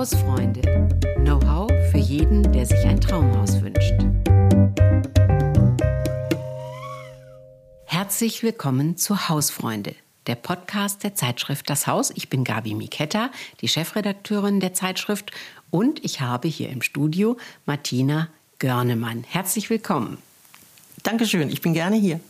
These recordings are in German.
Hausfreunde. Know-how für jeden, der sich ein Traumhaus wünscht. Herzlich willkommen zu Hausfreunde, der Podcast der Zeitschrift Das Haus. Ich bin Gabi Miketta, die Chefredakteurin der Zeitschrift, und ich habe hier im Studio Martina Görnemann. Herzlich willkommen. Dankeschön, ich bin gerne hier.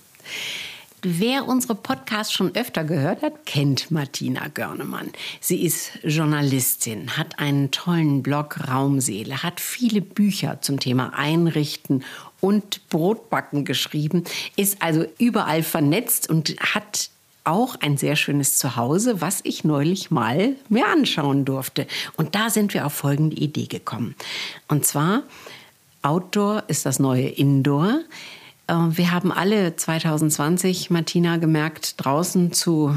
Wer unsere Podcasts schon öfter gehört hat, kennt Martina Görnemann. Sie ist Journalistin, hat einen tollen Blog Raumseele, hat viele Bücher zum Thema Einrichten und Brotbacken geschrieben, ist also überall vernetzt und hat auch ein sehr schönes Zuhause, was ich neulich mal mir anschauen durfte. Und da sind wir auf folgende Idee gekommen. Und zwar, Outdoor ist das neue Indoor. Wir haben alle 2020, Martina, gemerkt, draußen zu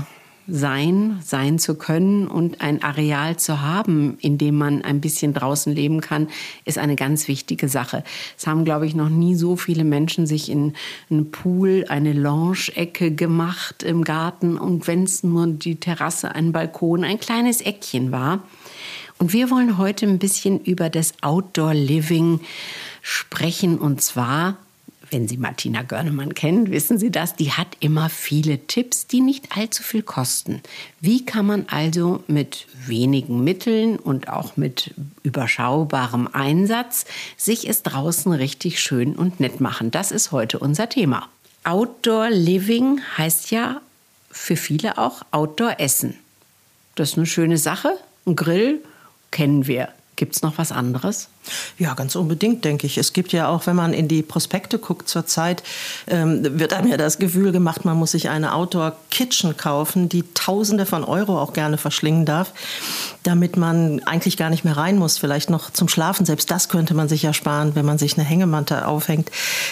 sein zu können und ein Areal zu haben, in dem man ein bisschen draußen leben kann, ist eine ganz wichtige Sache. Es haben, glaube ich, noch nie so viele Menschen sich in einen Pool, eine Lounge-Ecke gemacht im Garten, und wenn es nur die Terrasse, ein Balkon, ein kleines Eckchen war. Und wir wollen heute ein bisschen über das Outdoor-Living sprechen, und zwar, wenn Sie Martina Görnemann kennen, wissen Sie das, die hat immer viele Tipps, die nicht allzu viel kosten. Wie kann man also mit wenigen Mitteln und auch mit überschaubarem Einsatz sich es draußen richtig schön und nett machen? Das ist heute unser Thema. Outdoor Living heißt ja für viele auch Outdoor Essen. Das ist eine schöne Sache. Ein Grill kennen wir. Gibt es noch was anderes? Ja, ganz unbedingt, denke ich. Es gibt ja auch, wenn man in die Prospekte guckt zurzeit, wird einem ja das Gefühl gemacht, man muss sich eine Outdoor-Kitchen kaufen, die Tausende von Euro auch gerne verschlingen darf, damit man eigentlich gar nicht mehr rein muss, vielleicht noch zum Schlafen. Selbst das könnte man sich ja sparen, wenn man sich eine Hängematte aufhängt.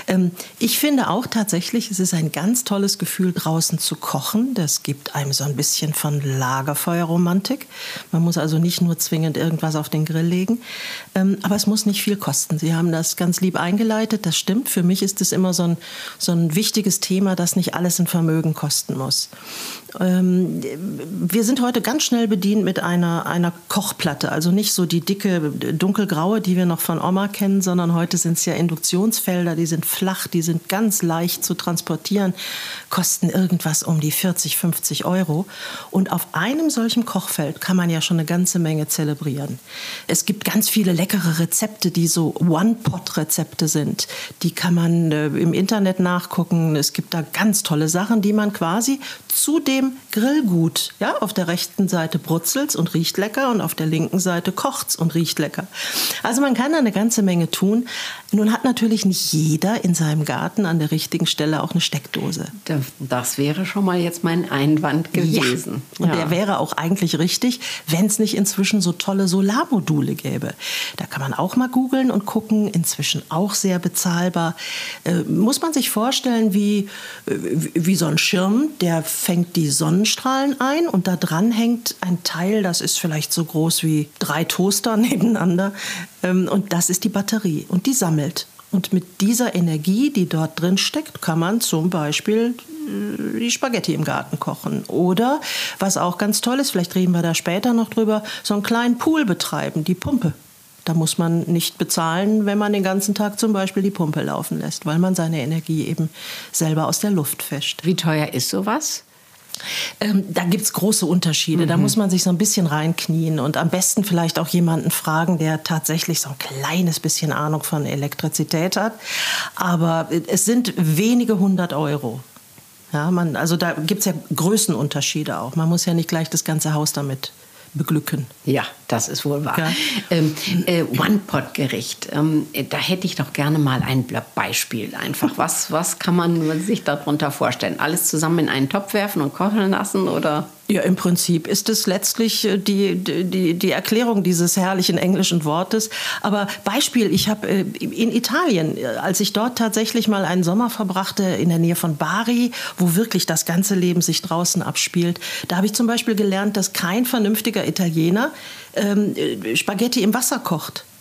Ich finde auch tatsächlich, es ist ein ganz tolles Gefühl, draußen zu kochen. Das gibt einem so ein bisschen von Lagerfeuerromantik. Man muss also nicht nur zwingend irgendwas auf den Grill legen. Aber es muss nicht viel kosten. Sie haben das ganz lieb eingeleitet, das stimmt. Für mich ist es immer so ein wichtiges Thema, dass nicht alles ein Vermögen kosten muss. Wir sind heute ganz schnell bedient mit einer Kochplatte. Also nicht so die dicke, dunkelgraue, die wir noch von Oma kennen, sondern heute sind es ja Induktionsfelder, die sind flach, die sind ganz leicht zu transportieren, kosten irgendwas um die 40, 50 Euro. Und auf einem solchen Kochfeld kann man ja schon eine ganze Menge zelebrieren. Es gibt ganz viele leckere Rezepte, die so One-Pot-Rezepte sind. Die kann man im Internet nachgucken. Es gibt da ganz tolle Sachen, die man quasi zu dem Grillgut, ja, auf der rechten Seite brutzelt's und riecht lecker und auf der linken Seite kocht's und riecht lecker. Also man kann da eine ganze Menge tun. Nun hat natürlich nicht jeder in seinem Garten an der richtigen Stelle auch eine Steckdose. Das wäre schon mal jetzt mein Einwand gewesen. Ja. Und der wäre auch eigentlich richtig, wenn es nicht inzwischen so tolle Solarmodule gäbe. Da kann man auch mal googeln und gucken, inzwischen auch sehr bezahlbar. Muss man sich vorstellen, wie so ein Schirm, der fängt die Sonnenstrahlen ein und da dran hängt ein Teil, das ist vielleicht so groß wie 3 Toaster nebeneinander, und das ist die Batterie und die sammelt. Und mit dieser Energie, die dort drin steckt, kann man zum Beispiel die Spaghetti im Garten kochen. Oder, was auch ganz toll ist, vielleicht reden wir da später noch drüber, so einen kleinen Pool betreiben, die Pumpe. Da muss man nicht bezahlen, wenn man den ganzen Tag zum Beispiel die Pumpe laufen lässt, weil man seine Energie eben selber aus der Luft fischt. Wie teuer ist sowas? Da gibt es große Unterschiede. Da muss man sich so ein bisschen reinknien und am besten vielleicht auch jemanden fragen, der tatsächlich so ein kleines bisschen Ahnung von Elektrizität hat. Aber es sind wenige 100 Euro. Ja, also da gibt es ja Größenunterschiede auch. Man muss ja nicht gleich das ganze Haus damit beglücken. Ja, das ist wohl wahr. Ja. One-Pot-Gericht, da hätte ich doch gerne mal ein Beispiel einfach. Was kann man sich darunter vorstellen? Alles zusammen in einen Topf werfen und kochen lassen, oder? Ja, im Prinzip ist es letztlich die Erklärung dieses herrlichen englischen Wortes. Aber Beispiel, ich habe in Italien, als ich dort tatsächlich mal einen Sommer verbrachte, in der Nähe von Bari, wo wirklich das ganze Leben sich draußen abspielt, da habe ich zum Beispiel gelernt, dass kein vernünftiger Italiener Spaghetti im Wasser kocht.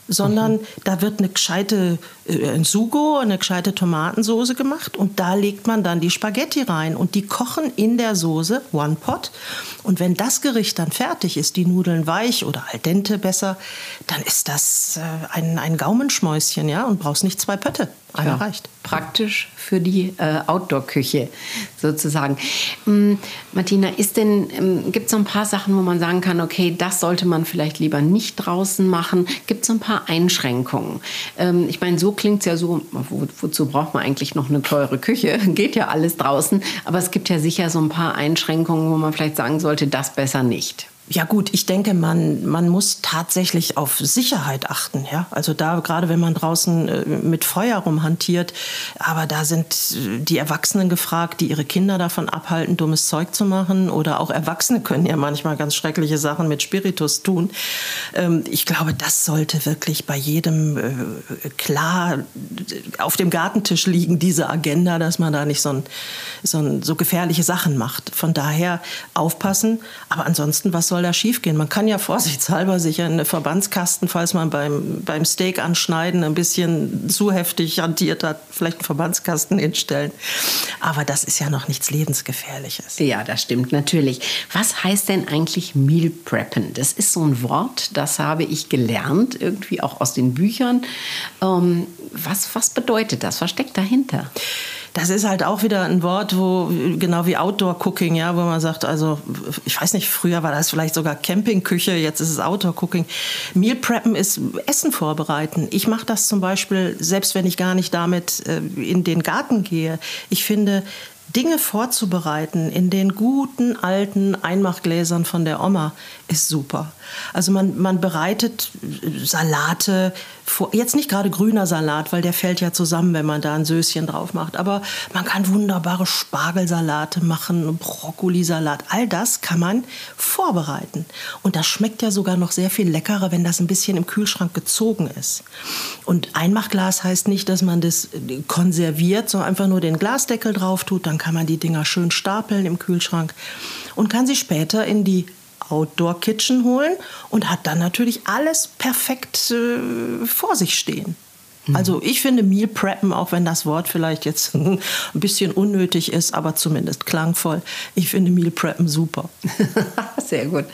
sondern da wird eine gescheite ein Sugo, eine gescheite Tomatensoße gemacht und da legt man dann die Spaghetti rein und die kochen in der Soße, One Pot. Und wenn das Gericht dann fertig ist, die Nudeln weich oder al dente besser, dann ist das ein Gaumenschmäuschen, ja, und brauchst nicht 2 Pötte. Einer reicht. Praktisch für die Outdoor-Küche sozusagen. Martina, gibt es so ein paar Sachen, wo man sagen kann, okay, das sollte man vielleicht lieber nicht draußen machen? Gibt es so ein paar Einschränkungen? Ich meine, so klingt es ja so, wozu braucht man eigentlich noch eine teure Küche? Geht ja alles draußen. Aber es gibt ja sicher so ein paar Einschränkungen, wo man vielleicht sagen sollte, das besser nicht. Ja gut, ich denke, man muss tatsächlich auf Sicherheit achten. Ja? Also da, gerade wenn man draußen mit Feuer rumhantiert, aber da sind die Erwachsenen gefragt, die ihre Kinder davon abhalten, dummes Zeug zu machen. Oder auch Erwachsene können ja manchmal ganz schreckliche Sachen mit Spiritus tun. Ich glaube, das sollte wirklich bei jedem klar auf dem Gartentisch liegen, diese Agenda, dass man da nicht so gefährliche Sachen macht. Von daher aufpassen. Aber ansonsten, was soll da schiefgehen? Man kann ja vorsichtshalber sich einen Verbandskasten, falls man beim Steak anschneiden ein bisschen zu heftig hantiert hat, vielleicht einen Verbandskasten hinstellen. Aber das ist ja noch nichts Lebensgefährliches. Ja, das stimmt natürlich. Was heißt denn eigentlich Meal Preppen? Das ist so ein Wort, das habe ich gelernt, irgendwie auch aus den Büchern. Was bedeutet das? Was steckt dahinter? Das ist halt auch wieder ein Wort, wo genau wie Outdoor Cooking, ja, wo man sagt, also ich weiß nicht, früher war das vielleicht sogar Campingküche, jetzt ist es Outdoor Cooking. Meal Preppen ist Essen vorbereiten. Ich mache das zum Beispiel, selbst wenn ich gar nicht damit in den Garten gehe. Ich finde, Dinge vorzubereiten in den guten alten Einmachgläsern von der Oma ist super. Also man bereitet Salate vor, jetzt nicht gerade grüner Salat, weil der fällt ja zusammen, wenn man da ein Söschen drauf macht. Aber man kann wunderbare Spargelsalate machen, Brokkolisalat. All das kann man vorbereiten. Und das schmeckt ja sogar noch sehr viel leckerer, wenn das ein bisschen im Kühlschrank gezogen ist. Und Einmachglas heißt nicht, dass man das konserviert, sondern einfach nur den Glasdeckel drauf tut. Dann kann man die Dinger schön stapeln im Kühlschrank und kann sie später in die Outdoor Kitchen holen und hat dann natürlich alles perfekt vor sich stehen. Also ich finde Meal Preppen, auch wenn das Wort vielleicht jetzt ein bisschen unnötig ist, aber zumindest klangvoll. Ich finde Meal Preppen super. Sehr gut.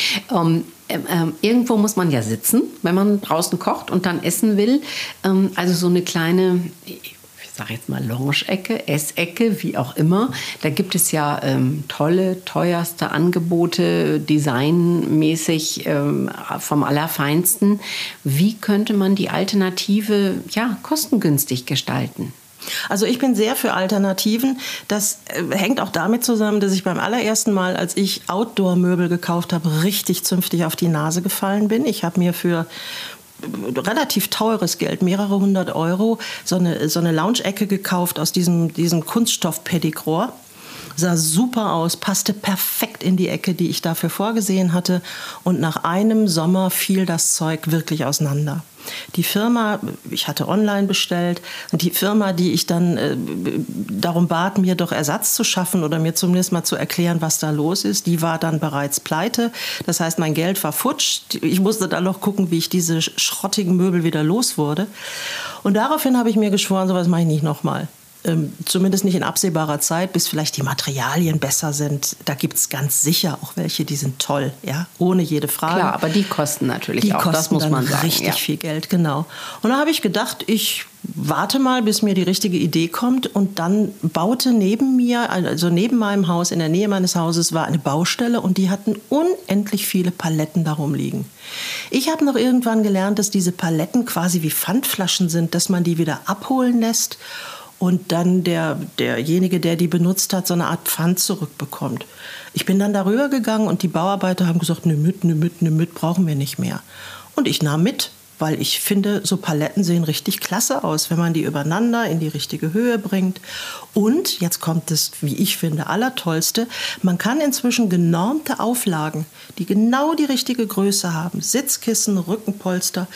Irgendwo muss man ja sitzen, wenn man draußen kocht und dann essen will. Also so eine kleine, ich sage jetzt mal Lounge-Ecke, Essecke, wie auch immer. Da gibt es ja tolle, teuerste Angebote, designmäßig vom Allerfeinsten. Wie könnte man die Alternative kostengünstig gestalten? Also ich bin sehr für Alternativen. Das hängt auch damit zusammen, dass ich beim allerersten Mal, als ich Outdoor-Möbel gekauft habe, richtig zünftig auf die Nase gefallen bin. Ich habe mir für relativ teures Geld, mehrere 100 Euro, so eine Lounge-Ecke gekauft aus diesem Kunststoff-Pedigrohr. Sah super aus, passte perfekt in die Ecke, die ich dafür vorgesehen hatte. Und nach einem Sommer fiel das Zeug wirklich auseinander. Die Firma, ich hatte online bestellt, und die Firma, die ich dann darum bat, mir doch Ersatz zu schaffen oder mir zumindest mal zu erklären, was da los ist, die war dann bereits pleite. Das heißt, mein Geld war futsch. Ich musste dann noch gucken, wie ich diese schrottigen Möbel wieder los wurde. Und daraufhin habe ich mir geschworen, sowas mache ich nicht nochmal. Zumindest nicht in absehbarer Zeit, bis vielleicht die Materialien besser sind. Da gibt es ganz sicher auch welche, die sind toll, ja, ohne jede Frage. Klar, aber die kosten natürlich auch, das muss man sagen. Richtig viel Geld, genau. Und da habe ich gedacht, ich warte mal, bis mir die richtige Idee kommt. Und dann baute neben mir, also neben meinem Haus, in der Nähe meines Hauses, war eine Baustelle und die hatten unendlich viele Paletten darum liegen. Ich habe noch irgendwann gelernt, dass diese Paletten quasi wie Pfandflaschen sind, dass man die wieder abholen lässt und dann derjenige, der die benutzt hat, so eine Art Pfand zurückbekommt. Ich bin dann darüber gegangen und die Bauarbeiter haben gesagt, nimm mit, brauchen wir nicht mehr. Und ich nahm mit, weil ich finde, so Paletten sehen richtig klasse aus, wenn man die übereinander in die richtige Höhe bringt. Und, jetzt kommt das, wie ich finde, Allertollste, man kann inzwischen genormte Auflagen, die genau die richtige Größe haben, Sitzkissen, Rückenpolster,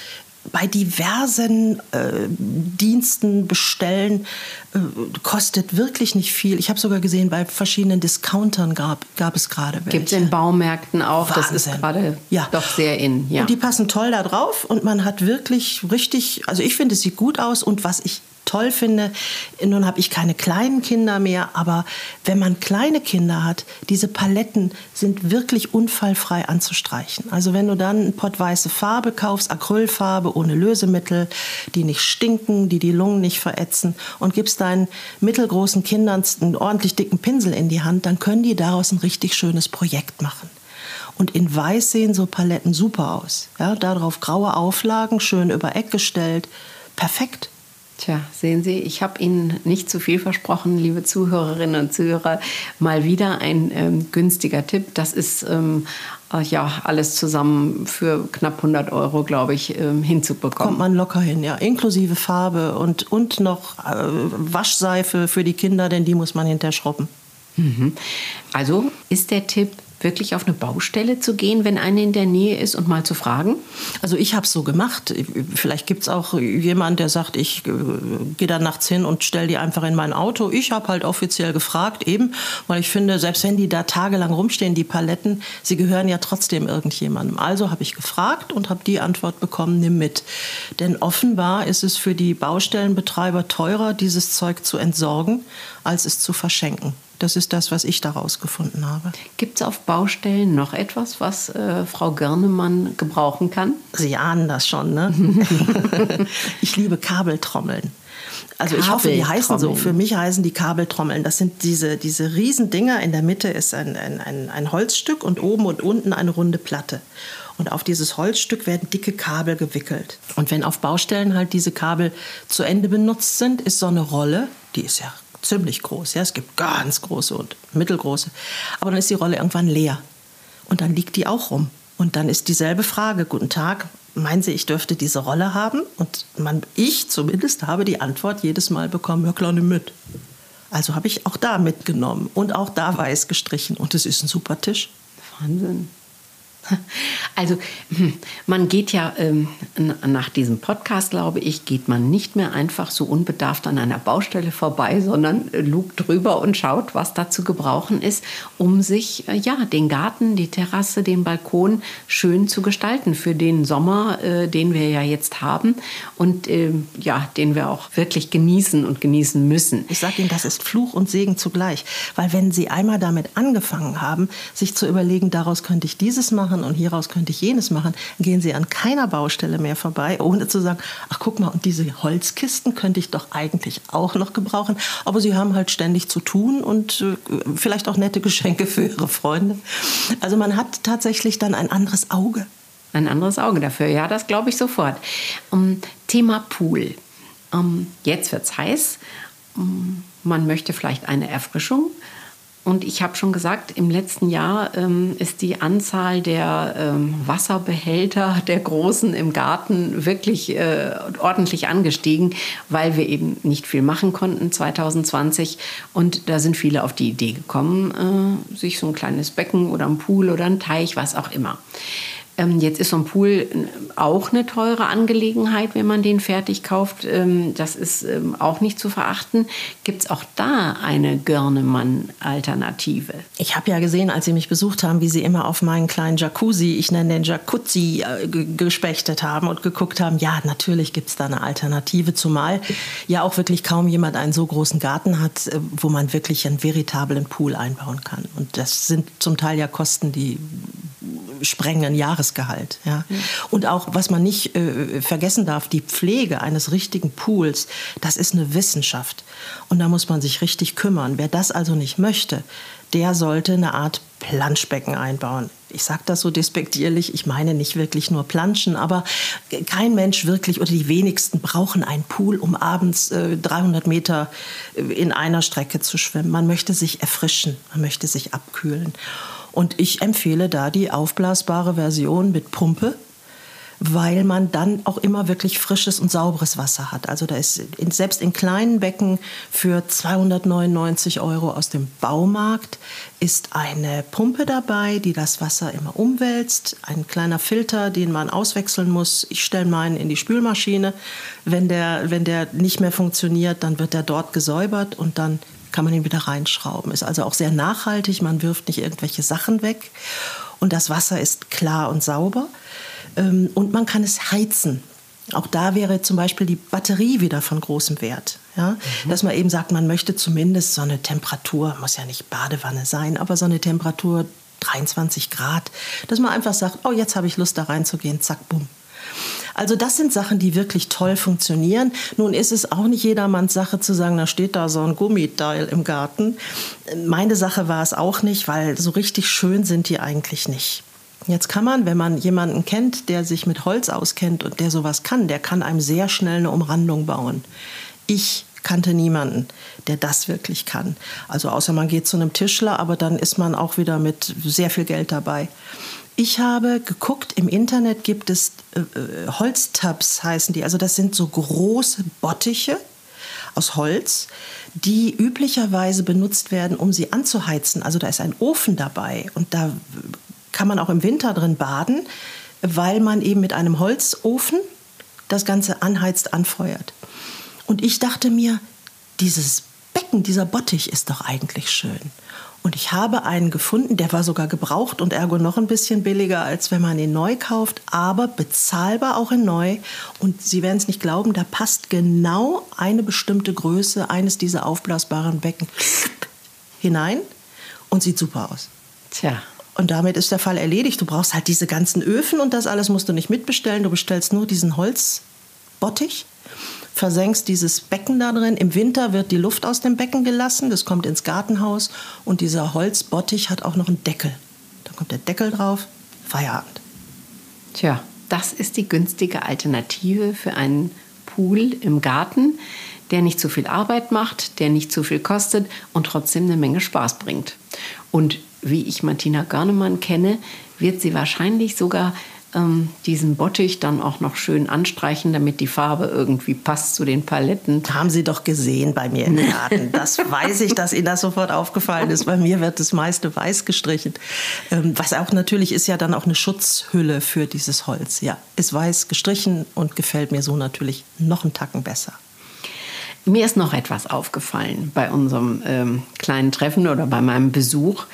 bei diversen Diensten bestellen, kostet wirklich nicht viel. Ich habe sogar gesehen, bei verschiedenen Discountern gab es gerade welche. Gibt es in Baumärkten auch. Wahnsinn. Das ist gerade doch sehr in. Ja. Und die passen toll da drauf und man hat wirklich richtig, also ich finde, es sieht gut aus und was ich toll finde, nun habe ich keine kleinen Kinder mehr, aber wenn man kleine Kinder hat, diese Paletten sind wirklich unfallfrei anzustreichen. Also wenn du dann einen Pott weiße Farbe kaufst, Acrylfarbe ohne Lösemittel, die nicht stinken, die Lungen nicht verätzen und gibst deinen mittelgroßen Kindern einen ordentlich dicken Pinsel in die Hand, dann können die daraus ein richtig schönes Projekt machen. Und in Weiß sehen so Paletten super aus. Ja, darauf graue Auflagen, schön über Eck gestellt. Perfekt. Tja, sehen Sie, ich habe Ihnen nicht zu viel versprochen, liebe Zuhörerinnen und Zuhörer. Mal wieder ein günstiger Tipp. Das ist alles zusammen für knapp 100 €, glaube ich, hinzubekommen. Kommt man locker hin, ja. Inklusive Farbe und noch Waschseife für die Kinder, denn die muss man hinterher schrubben. Also ist der Tipp, wirklich auf eine Baustelle zu gehen, wenn eine in der Nähe ist und mal zu fragen? Also ich habe es so gemacht. Vielleicht gibt es auch jemanden, der sagt, ich gehe da nachts hin und stelle die einfach in mein Auto. Ich habe halt offiziell gefragt, eben, weil ich finde, selbst wenn die da tagelang rumstehen, die Paletten, sie gehören ja trotzdem irgendjemandem. Also habe ich gefragt und habe die Antwort bekommen, nimm mit. Denn offenbar ist es für die Baustellenbetreiber teurer, dieses Zeug zu entsorgen, als es zu verschenken. Das ist das, was ich daraus gefunden habe. Gibt es auf Baustellen noch etwas, was Frau Görnemann gebrauchen kann? Sie ahnen das schon, ne? Ich liebe Kabeltrommeln. Also ich hoffe, die heißen so. Für mich heißen die Kabeltrommeln. Das sind diese Riesendinger. In der Mitte ist ein Holzstück und oben und unten eine runde Platte. Und auf dieses Holzstück werden dicke Kabel gewickelt. Und wenn auf Baustellen halt diese Kabel zu Ende benutzt sind, ist so eine Rolle, die ist ja ziemlich groß. Ja, es gibt ganz große und mittelgroße. Aber dann ist die Rolle irgendwann leer. Und dann liegt die auch rum. Und dann ist dieselbe Frage, guten Tag, meinen Sie, ich dürfte diese Rolle haben? Und ich zumindest habe die Antwort jedes Mal bekommen, ja klar, nimm mit. Also habe ich auch da mitgenommen und auch da weiß gestrichen. Und es ist ein super Tisch. Wahnsinn. Also man geht ja nach diesem Podcast, glaube ich, geht man nicht mehr einfach so unbedarft an einer Baustelle vorbei, sondern lugt drüber und schaut, was da zu gebrauchen ist, um sich den Garten, die Terrasse, den Balkon schön zu gestalten für den Sommer, den wir ja jetzt haben und den wir auch wirklich genießen und genießen müssen. Ich sage Ihnen, das ist Fluch und Segen zugleich, weil wenn Sie einmal damit angefangen haben, sich zu überlegen, daraus könnte ich dieses machen und hieraus könnte ich jenes machen, gehen Sie an keiner Baustelle mehr vorbei, ohne zu sagen, ach guck mal, und diese Holzkisten könnte ich doch eigentlich auch noch gebrauchen. Aber Sie haben halt ständig zu tun und vielleicht auch nette Geschenke für Ihre Freunde. Also man hat tatsächlich dann ein anderes Auge. Ein anderes Auge dafür, ja, das glaube ich sofort. Thema Pool. Jetzt wird's heiß. Man möchte vielleicht eine Erfrischung. Und ich habe schon gesagt, im letzten Jahr ist die Anzahl der Wasserbehälter der Großen im Garten wirklich ordentlich angestiegen, weil wir eben nicht viel machen konnten 2020. Und da sind viele auf die Idee gekommen, sich so ein kleines Becken oder ein Pool oder ein Teich, was auch immer. Jetzt ist so ein Pool auch eine teure Angelegenheit, wenn man den fertig kauft. Das ist auch nicht zu verachten. Gibt es auch da eine Görnemann-Alternative? Ich habe ja gesehen, als Sie mich besucht haben, wie Sie immer auf meinen kleinen Jacuzzi, ich nenne den Jacuzzi, gespechtet haben und geguckt haben, ja, natürlich gibt es da eine Alternative, zumal ja auch wirklich kaum jemand einen so großen Garten hat, wo man wirklich einen veritablen Pool einbauen kann. Und das sind zum Teil ja Kosten, die sprengen ein Jahresgehalt. Ja. Und auch, was man nicht vergessen darf, die Pflege eines richtigen Pools, das ist eine Wissenschaft. Und da muss man sich richtig kümmern. Wer das also nicht möchte, der sollte eine Art Planschbecken einbauen. Ich sage das so despektierlich, ich meine nicht wirklich nur Planschen, aber kein Mensch wirklich oder die wenigsten brauchen einen Pool, um abends 300 Meter in einer Strecke zu schwimmen. Man möchte sich erfrischen, man möchte sich abkühlen. Und ich empfehle da die aufblasbare Version mit Pumpe. weil man dann auch immer wirklich frisches und sauberes Wasser hat. Also da ist selbst in kleinen Becken für 299 € aus dem Baumarkt ist eine Pumpe dabei, die das Wasser immer umwälzt. Ein kleiner Filter, den man auswechseln muss. Ich stelle meinen in die Spülmaschine. Wenn der nicht mehr funktioniert, dann wird der dort gesäubert und dann kann man ihn wieder reinschrauben. Ist also auch sehr nachhaltig, man wirft nicht irgendwelche Sachen weg. Und das Wasser ist klar und sauber. Und man kann es heizen. Auch da wäre zum Beispiel die Batterie wieder von großem Wert. Ja? Dass man eben sagt, man möchte zumindest so eine Temperatur, muss ja nicht Badewanne sein, aber so eine Temperatur 23 Grad, dass man einfach sagt, oh, jetzt habe ich Lust da reinzugehen, zack, bumm. Also das sind Sachen, die wirklich toll funktionieren. Nun ist es auch nicht jedermanns Sache zu sagen, da steht da so ein Gummiteil im Garten. Meine Sache war es auch nicht, weil so richtig schön sind die eigentlich nicht. Jetzt kann man, wenn man jemanden kennt, der sich mit Holz auskennt und der sowas kann, der kann einem sehr schnell eine Umrandung bauen. Ich kannte niemanden, der das wirklich kann. Also außer man geht zu einem Tischler, aber dann ist man auch wieder mit sehr viel Geld dabei. Ich habe geguckt, im Internet gibt es Holztabs, heißen die. Also das sind so große Bottiche aus Holz, die üblicherweise benutzt werden, um sie anzuheizen. Also da ist ein Ofen dabei und da kann man auch im Winter drin baden, weil man eben mit einem Holzofen das Ganze anheizt, anfeuert. Und ich dachte mir, dieses Becken, dieser Bottich ist doch eigentlich schön. Und ich habe einen gefunden, der war sogar gebraucht und ergo noch ein bisschen billiger, als wenn man ihn neu kauft, aber bezahlbar auch in neu. Und Sie werden es nicht glauben, da passt genau eine bestimmte Größe eines dieser aufblasbaren Becken hinein und sieht super aus. Tja. Und damit ist der Fall erledigt. Du brauchst halt diese ganzen Öfen und das alles musst du nicht mitbestellen. Du bestellst nur diesen Holzbottich, versenkst dieses Becken da drin. Im Winter wird die Luft aus dem Becken gelassen, das kommt ins Gartenhaus und dieser Holzbottich hat auch noch einen Deckel. Da kommt der Deckel drauf, Feierabend. Tja, das ist die günstige Alternative für einen Pool im Garten, der nicht zu viel Arbeit macht, der nicht zu viel kostet und trotzdem eine Menge Spaß bringt. Und wie ich Martina Görnemann kenne, wird sie wahrscheinlich sogar diesen Bottich dann auch noch schön anstreichen, damit die Farbe irgendwie passt zu den Paletten. Haben Sie doch gesehen bei mir im Garten. Das weiß ich, dass Ihnen das sofort aufgefallen ist. Bei mir wird das meiste weiß gestrichen. Was auch natürlich ist ja dann auch eine Schutzhülle für dieses Holz. Ja, ist weiß gestrichen und gefällt mir so natürlich noch einen Tacken besser. Mir ist noch etwas aufgefallen bei unserem kleinen Treffen oder bei meinem Besuch.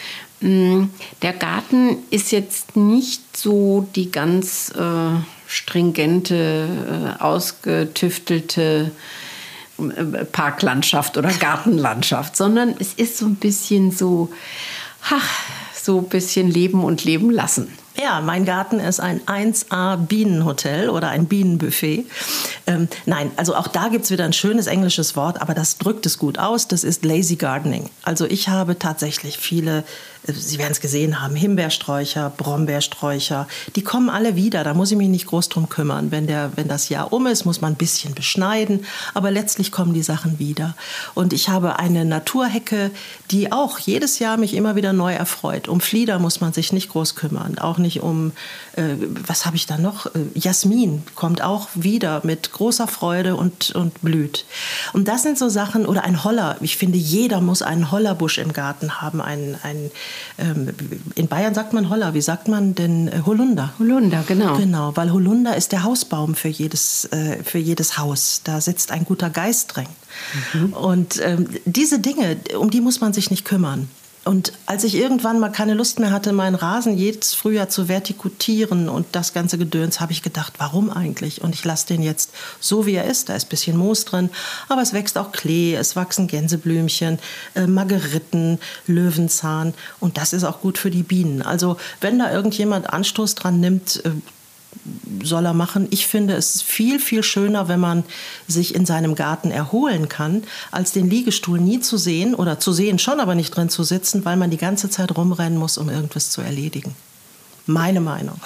Der Garten ist jetzt nicht so die ganz stringente, ausgetüftelte Parklandschaft oder Gartenlandschaft, sondern es ist so ein bisschen so ein bisschen Leben und Leben lassen. Ja, mein Garten ist ein 1A Bienenhotel oder ein Bienenbuffet. Nein, also auch da gibt es wieder ein schönes englisches Wort, aber das drückt es gut aus. Das ist Lazy Gardening. Also ich habe tatsächlich viele, Sie werden es gesehen haben, Himbeersträucher, Brombeersträucher. Die kommen alle wieder, da muss ich mich nicht groß drum kümmern. Wenn das Jahr um ist, muss man ein bisschen beschneiden, aber letztlich kommen die Sachen wieder. Und ich habe eine Naturhecke, die auch jedes Jahr mich immer wieder neu erfreut. Um Flieder muss man sich nicht groß kümmern, auch nicht um, was habe ich da noch? Jasmin kommt auch wieder mit großer Freude und blüht. Und das sind so Sachen, oder ein Holler. Ich finde, jeder muss einen Hollerbusch im Garten haben. In Bayern sagt man Holler, wie sagt man denn Holunder? Holunder, genau. Genau, weil Holunder ist der Hausbaum für jedes Haus. Da sitzt ein guter Geist drin. Mhm. Und diese Dinge, um die muss man sich nicht kümmern. Und als ich irgendwann mal keine Lust mehr hatte, meinen Rasen jedes Frühjahr zu vertikutieren und das ganze Gedöns, habe ich gedacht, warum eigentlich? Und ich lasse den jetzt so, wie er ist. Da ist ein bisschen Moos drin, aber es wächst auch Klee, es wachsen Gänseblümchen, Margeriten, Löwenzahn und das ist auch gut für die Bienen. Also wenn da irgendjemand Anstoß dran nimmt, soll er machen. Ich finde es viel, viel schöner, wenn man sich in seinem Garten erholen kann, als den Liegestuhl nie zu sehen oder zu sehen schon, aber nicht drin zu sitzen, weil man die ganze Zeit rumrennen muss, um irgendwas zu erledigen. Meine Meinung.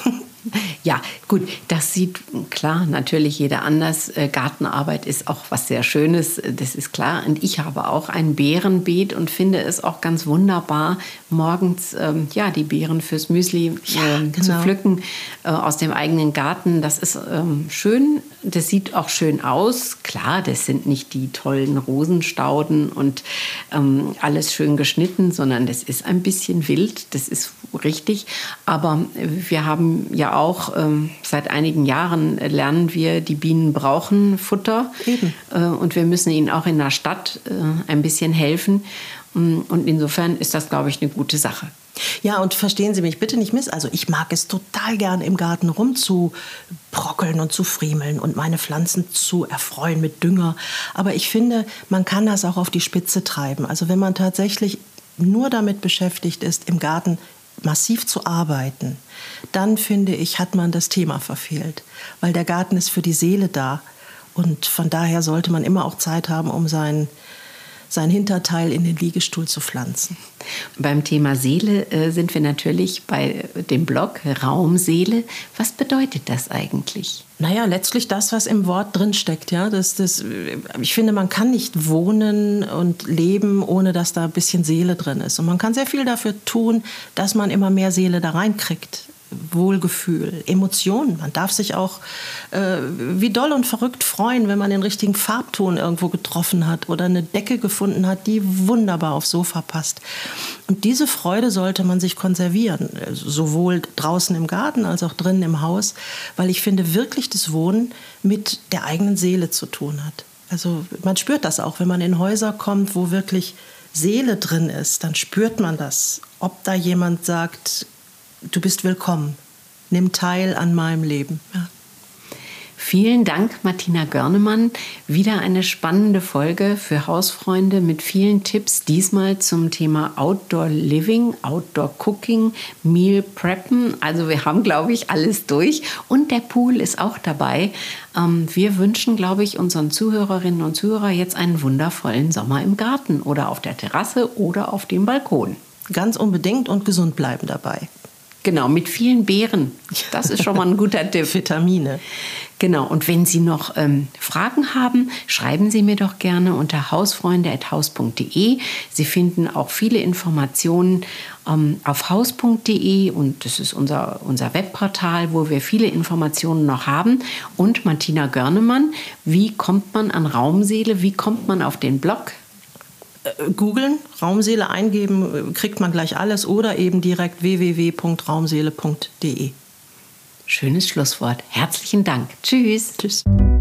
Ja, gut, das sieht klar natürlich jeder anders. Gartenarbeit ist auch was sehr Schönes, das ist klar. Und ich habe auch ein Beerenbeet und finde es auch ganz wunderbar, morgens die Beeren fürs Müsli zu pflücken aus dem eigenen Garten. Das ist schön, das sieht auch schön aus. Klar, das sind nicht die tollen Rosenstauden und alles schön geschnitten, sondern das ist ein bisschen wild, das ist richtig. Aber wir haben ja auch seit einigen Jahren lernen wir, die Bienen brauchen Futter. Eben. Und wir müssen ihnen auch in der Stadt ein bisschen helfen. Und insofern ist das, glaube ich, eine gute Sache. Ja, und verstehen Sie mich bitte nicht miss. Also ich mag es total gern, im Garten rumzubrockeln und zu friemeln und meine Pflanzen zu erfreuen mit Dünger. Aber ich finde, man kann das auch auf die Spitze treiben. Also wenn man tatsächlich nur damit beschäftigt ist, im Garten massiv zu arbeiten, dann finde ich, hat man das Thema verfehlt. Weil der Garten ist für die Seele da. Und von daher sollte man immer auch Zeit haben, um sein Hinterteil in den Liegestuhl zu pflanzen. Beim Thema Seele sind wir natürlich bei dem Blog Raumseele. Was bedeutet das eigentlich? Naja, letztlich das, was im Wort drin steckt. Ja? Ich finde, man kann nicht wohnen und leben, ohne dass da ein bisschen Seele drin ist. Und man kann sehr viel dafür tun, dass man immer mehr Seele da reinkriegt. Wohlgefühl, Emotionen. Man darf sich auch wie doll und verrückt freuen, wenn man den richtigen Farbton irgendwo getroffen hat oder eine Decke gefunden hat, die wunderbar aufs Sofa passt. Und diese Freude sollte man sich konservieren, sowohl draußen im Garten als auch drinnen im Haus, weil ich finde wirklich das Wohnen mit der eigenen Seele zu tun hat. Also man spürt das auch, wenn man in Häuser kommt, wo wirklich Seele drin ist, dann spürt man das. Ob da jemand sagt, du bist willkommen. Nimm teil an meinem Leben. Ja. Vielen Dank, Martina Görnemann. Wieder eine spannende Folge für Hausfreunde mit vielen Tipps. Diesmal zum Thema Outdoor Living, Outdoor Cooking, Meal Preppen. Also wir haben, glaube ich, alles durch. Und der Pool ist auch dabei. Wir wünschen, glaube ich, unseren Zuhörerinnen und Zuhörern jetzt einen wundervollen Sommer im Garten oder auf der Terrasse oder auf dem Balkon. Ganz unbedingt und gesund bleiben dabei. Genau, mit vielen Beeren. Das ist schon mal ein guter Tipp. Vitamine. Genau, und wenn Sie noch Fragen haben, schreiben Sie mir doch gerne unter hausfreunde@haus.de. Sie finden auch viele Informationen auf haus.de und das ist unser Webportal, wo wir viele Informationen noch haben. Und Martina Görnemann, wie kommt man an Raumseele? Wie kommt man auf den Blog? Googeln, Raumseele eingeben, kriegt man gleich alles oder eben direkt www.raumseele.de. Schönes Schlusswort. Herzlichen Dank. Tschüss. Tschüss.